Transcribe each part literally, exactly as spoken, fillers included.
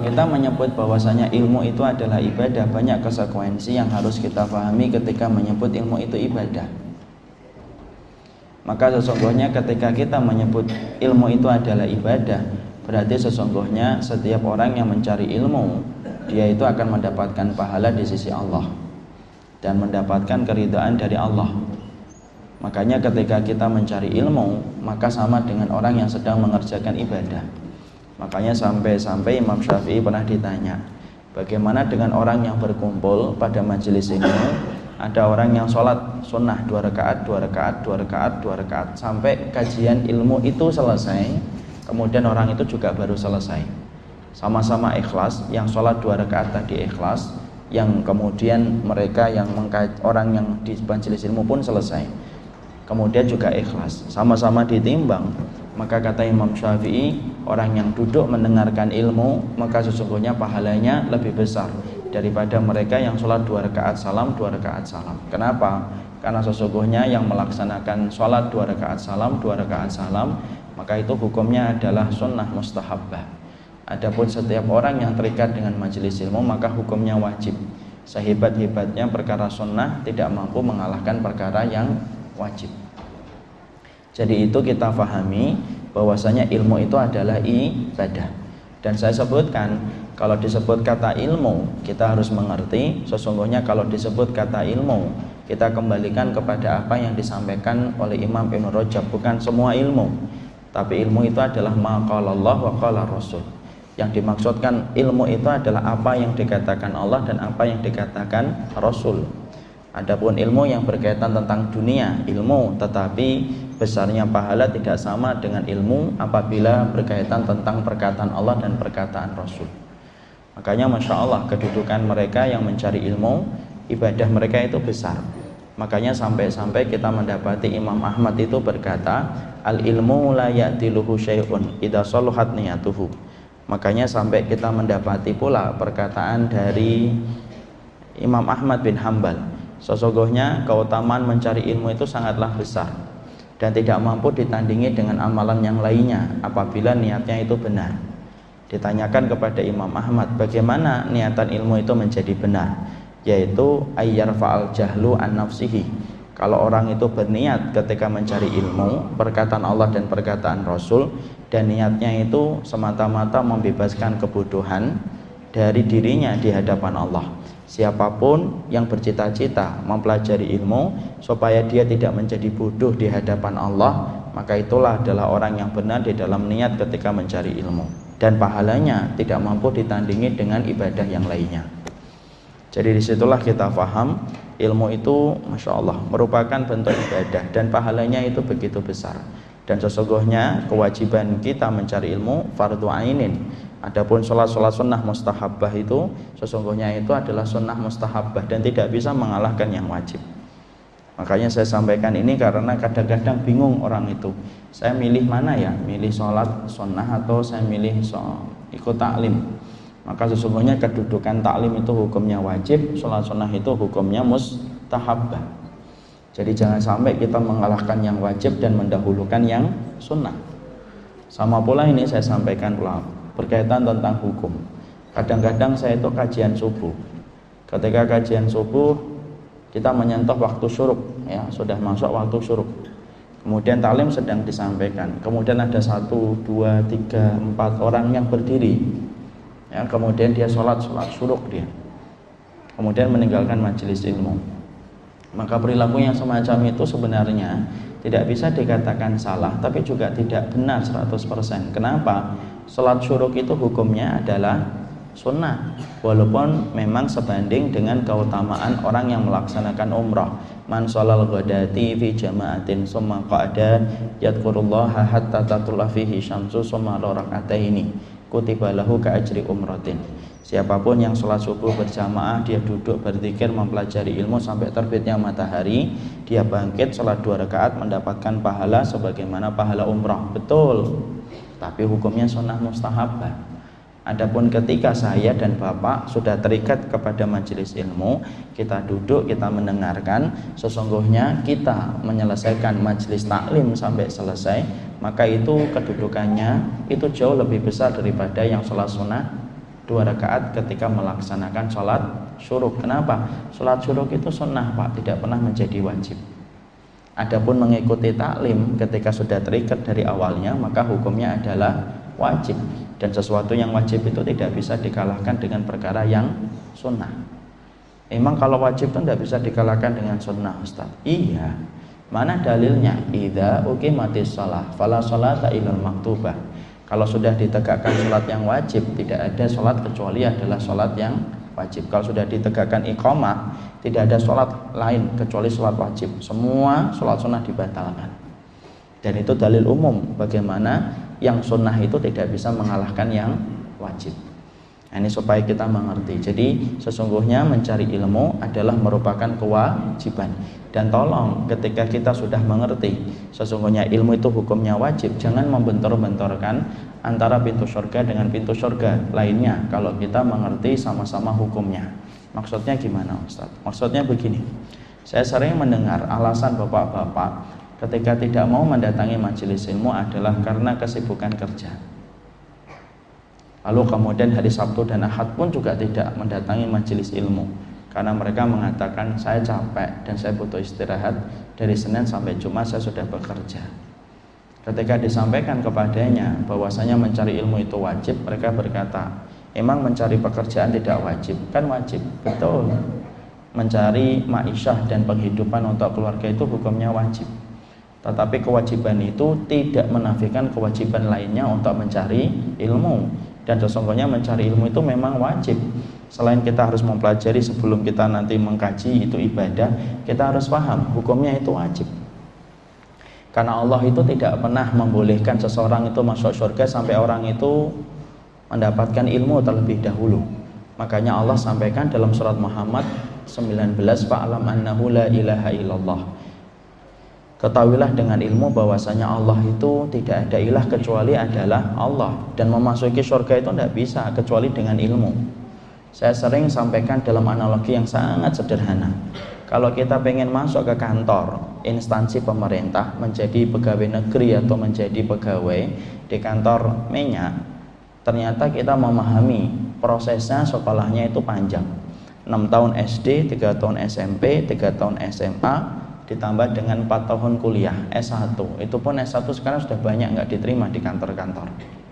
kita menyebut bahwasanya ilmu itu adalah ibadah, banyak konsekuensi yang harus kita pahami ketika menyebut ilmu itu ibadah. Maka sesungguhnya ketika kita menyebut ilmu itu adalah ibadah, berarti sesungguhnya setiap orang yang mencari ilmu, dia itu akan mendapatkan pahala di sisi Allah dan mendapatkan keridhaan dari Allah. Makanya ketika kita mencari ilmu, maka sama dengan orang yang sedang mengerjakan ibadah. Makanya sampai-sampai Imam Syafi'i pernah ditanya, bagaimana dengan orang yang berkumpul pada majelis ilmu? Ada orang yang sholat sunnah dua rakaat, dua rakaat, dua rakaat, dua rakaat sampai kajian ilmu itu selesai. Kemudian orang itu juga baru selesai. Sama-sama ikhlas, yang sholat dua rakaat tadi ikhlas, yang kemudian mereka yang mengkaji, orang yang di majelis ilmu pun selesai. Kemudian juga ikhlas, sama-sama ditimbang. Maka kata Imam Syafi'i, orang yang duduk mendengarkan ilmu, maka sesungguhnya pahalanya lebih besar daripada mereka yang sholat dua rakaat salam, dua rakaat salam. Kenapa? Karena sesungguhnya yang melaksanakan sholat dua rakaat salam, dua rakaat salam, maka itu hukumnya adalah sunnah mustahabbah. Adapun setiap orang yang terikat dengan majelis ilmu, maka hukumnya wajib. Sehebat-hebatnya perkara sunnah tidak mampu mengalahkan perkara yang wajib. Jadi itu kita pahami bahwasanya ilmu itu adalah ibadah. Dan saya sebutkan, kalau disebut kata ilmu, kita harus mengerti sesungguhnya kalau disebut kata ilmu, kita kembalikan kepada apa yang disampaikan oleh Imam Ibnu Rajab. Bukan semua ilmu, tapi ilmu itu adalah ma qala Allah wa qala Rasul. Yang dimaksudkan ilmu itu adalah apa yang dikatakan Allah dan apa yang dikatakan Rasul. Adapun ilmu yang berkaitan tentang dunia, ilmu, tetapi besarnya pahala tidak sama dengan ilmu apabila berkaitan tentang perkataan Allah dan perkataan Rasul. Makanya Masya Allah, kedudukan mereka yang mencari ilmu, ibadah mereka itu besar. Makanya sampai-sampai kita mendapati Imam Ahmad itu berkata, al ilmu la ya'tiluhu syai'un idza saluhat niyatuhu. Makanya sampai kita mendapati pula perkataan dari Imam Ahmad bin Hambal, sesungguhnya keutamaan mencari ilmu itu sangatlah besar dan tidak mampu ditandingi dengan amalan yang lainnya apabila niatnya itu benar. Ditanyakan kepada Imam Ahmad, bagaimana niatan ilmu itu menjadi benar? Yaitu ayyar fa'al jahlu an nafsihi. Kalau orang itu berniat ketika mencari ilmu, perkataan Allah dan perkataan Rasul, dan niatnya itu semata-mata membebaskan kebodohan dari dirinya di hadapan Allah. Siapapun yang bercita-cita mempelajari ilmu supaya dia tidak menjadi bodoh di hadapan Allah, maka itulah adalah orang yang benar di dalam niat ketika mencari ilmu, dan pahalanya tidak mampu ditandingi dengan ibadah yang lainnya. Jadi disitulah kita paham ilmu itu Masya Allah merupakan bentuk ibadah dan pahalanya itu begitu besar. Dan sesungguhnya kewajiban kita mencari ilmu fardhu ainin. Adapun sholat-sholat sunnah mustahabbah itu sesungguhnya itu adalah sunnah mustahabbah dan tidak bisa mengalahkan yang wajib. Makanya saya sampaikan ini karena kadang-kadang bingung orang itu, saya milih mana ya, milih sholat sunnah atau saya milih so, ikut taklim. Maka sesungguhnya kedudukan taklim itu hukumnya wajib, sholat sunnah itu hukumnya mustahabbah. Jadi jangan sampai kita mengalahkan yang wajib dan mendahulukan yang sunnah. Sama pula ini saya sampaikan pula berkaitan tentang hukum. Kadang-kadang saya itu kajian subuh. Ketika kajian subuh kita menyentuh waktu syuruk, ya sudah masuk waktu syuruk. Kemudian taklim sedang disampaikan. Kemudian ada satu, dua, tiga, empat orang yang berdiri. Ya, kemudian dia sholat sholat syuruk dia. Kemudian meninggalkan majelis ilmu. Maka perilaku yang semacam itu sebenarnya tidak bisa dikatakan salah, tapi juga tidak benar seratus persen. Kenapa? Sholat syuruk itu hukumnya adalah sunnah, walaupun memang sebanding dengan keutamaan orang yang melaksanakan umrah. Man sholal ghadati fi jama'atin summa qa'ada yadhkurullaha hatta tatlu'a fihi syamsu summa raka'ataini kutiba lahu ka ajri umratin. Siapapun yang sholat subuh berjamaah, dia duduk berzikir mempelajari ilmu sampai terbitnya matahari, dia bangkit sholat dua rakaat mendapatkan pahala sebagaimana pahala umrah. Betul, tapi hukumnya sunnah mustahabbah. Adapun ketika saya dan Bapak sudah terikat kepada majelis ilmu, kita duduk, kita mendengarkan, sesungguhnya kita menyelesaikan majelis taklim sampai selesai, maka itu kedudukannya itu jauh lebih besar daripada yang sholat sunnah dua rakaat ketika melaksanakan sholat syuruk. Kenapa? Sholat syuruk itu sunnah Pak, tidak pernah menjadi wajib. Adapun mengikuti taklim ketika sudah terikat dari awalnya, maka hukumnya adalah wajib. Dan sesuatu yang wajib itu tidak bisa dikalahkan dengan perkara yang sunnah. Emang kalau wajib itu tidak bisa dikalahkan dengan sunnah Ustaz? Iya. Mana dalilnya? Idza uqimatis shalah fala sholata illal maktubah. Kalau sudah ditegakkan sholat yang wajib, tidak ada sholat kecuali adalah sholat yang wajib. Kalau sudah ditegakkan iqamah, tidak ada sholat lain kecuali sholat wajib. Semua sholat sunnah dibatalkan. Dan itu dalil umum bagaimana yang sunnah itu tidak bisa mengalahkan yang wajib. Nah, ini supaya kita mengerti. Jadi sesungguhnya mencari ilmu adalah merupakan kewajiban. Dan tolong ketika kita sudah mengerti sesungguhnya ilmu itu hukumnya wajib, jangan membentur-benturkan antara pintu surga dengan pintu surga lainnya kalau kita mengerti sama-sama hukumnya. Maksudnya gimana Ustaz? Maksudnya begini, saya sering mendengar alasan bapak-bapak ketika tidak mau mendatangi majelis ilmu adalah karena kesibukan kerja. Lalu kemudian hari Sabtu dan Ahad pun juga tidak mendatangi majelis ilmu karena mereka mengatakan saya capek dan saya butuh istirahat, dari Senin sampai Jumat saya sudah bekerja. Ketika disampaikan kepadanya bahwasanya mencari ilmu itu wajib, mereka berkata, emang mencari pekerjaan tidak wajib? Kan wajib, betul. Mencari ma'isyah dan penghidupan untuk keluarga itu hukumnya wajib. Tetapi kewajiban itu tidak menafikan kewajiban lainnya untuk mencari ilmu. Dan sesungguhnya mencari ilmu itu memang wajib. Selain kita harus mempelajari sebelum kita nanti mengkaji itu ibadah, kita harus paham hukumnya itu wajib. Karena Allah itu tidak pernah membolehkan seseorang itu masuk surga sampai orang itu mendapatkan ilmu terlebih dahulu. Makanya Allah sampaikan dalam surat Muhammad sembilan belas, fa'lam annahu la ilaha illallah. Ketahuilah dengan ilmu bahwasanya Allah itu tidak ada ilah kecuali adalah Allah, dan memasuki surga itu tidak bisa kecuali dengan ilmu. Saya sering sampaikan dalam analogi yang sangat sederhana. Kalau kita pengen masuk ke kantor instansi pemerintah, menjadi pegawai negeri atau menjadi pegawai di kantor minyak, ternyata kita memahami prosesnya sekolahnya itu panjang, enam tahun S D, tiga tahun S M P, tiga tahun S M A, ditambah dengan empat tahun kuliah S satu. Itu pun S satu sekarang sudah banyak nggak diterima di kantor-kantor.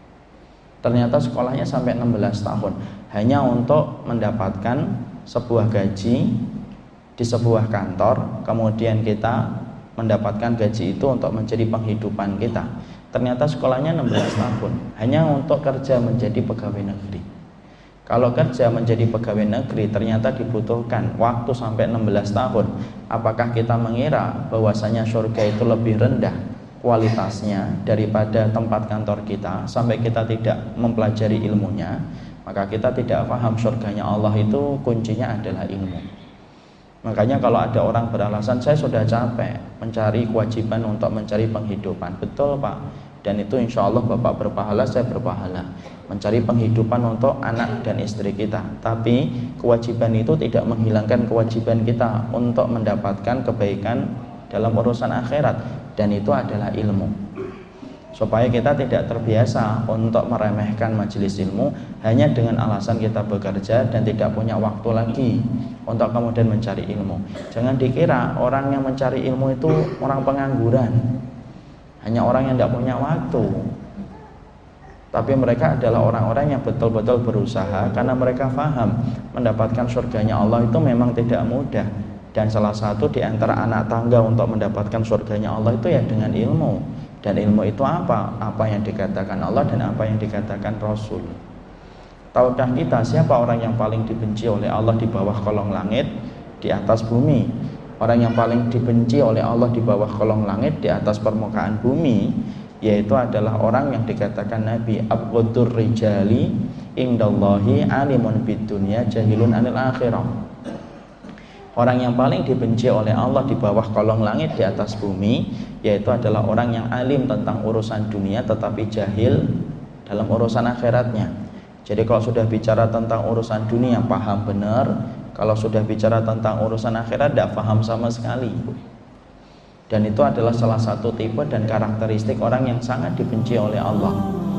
Ternyata sekolahnya sampai enam belas tahun hanya untuk mendapatkan sebuah gaji di sebuah kantor, kemudian kita mendapatkan gaji itu untuk menjadi penghidupan kita. Ternyata sekolahnya enam belas tahun hanya untuk kerja menjadi pegawai negeri. Kalau kerja menjadi pegawai negeri ternyata dibutuhkan waktu sampai enam belas tahun. Apakah kita mengira bahwasanya surga itu lebih rendah kualitasnya daripada tempat kantor kita sampai kita tidak mempelajari ilmunya? Maka kita tidak paham surganya Allah itu kuncinya adalah ilmu. Makanya kalau ada orang beralasan saya sudah capek mencari kewajiban untuk mencari penghidupan, betul Pak. Dan itu insya Allah Bapak berpahala, saya berpahala, mencari penghidupan untuk anak dan istri kita. Tapi kewajiban itu tidak menghilangkan kewajiban kita untuk mendapatkan kebaikan dalam urusan akhirat, dan itu adalah ilmu. Supaya kita tidak terbiasa untuk meremehkan majelis ilmu hanya dengan alasan kita bekerja dan tidak punya waktu lagi untuk kemudian mencari ilmu. Jangan dikira orang yang mencari ilmu itu orang pengangguran, hanya orang yang tidak punya waktu. Tapi mereka adalah orang-orang yang betul-betul berusaha karena mereka paham mendapatkan surganya Allah itu memang tidak mudah. Dan salah satu di antara anak tangga untuk mendapatkan surganya Allah itu ya dengan ilmu. Dan ilmu itu apa? Apa yang dikatakan Allah dan apa yang dikatakan Rasul. Tahukah kita siapa orang yang paling dibenci oleh Allah di bawah kolong langit, di atas bumi? Orang yang paling dibenci oleh Allah di bawah kolong langit, di atas permukaan bumi, yaitu adalah orang yang dikatakan Nabi abghadur rijali indallahi alimun bidunya jahilun anil akhirah. Orang yang paling dibenci oleh Allah di bawah kolong langit, di atas bumi, yaitu adalah orang yang alim tentang urusan dunia tetapi jahil dalam urusan akhiratnya. Jadi kalau sudah bicara tentang urusan dunia paham benar, kalau sudah bicara tentang urusan akhirat tidak paham sama sekali. Dan itu adalah salah satu tipe dan karakteristik orang yang sangat dibenci oleh Allah.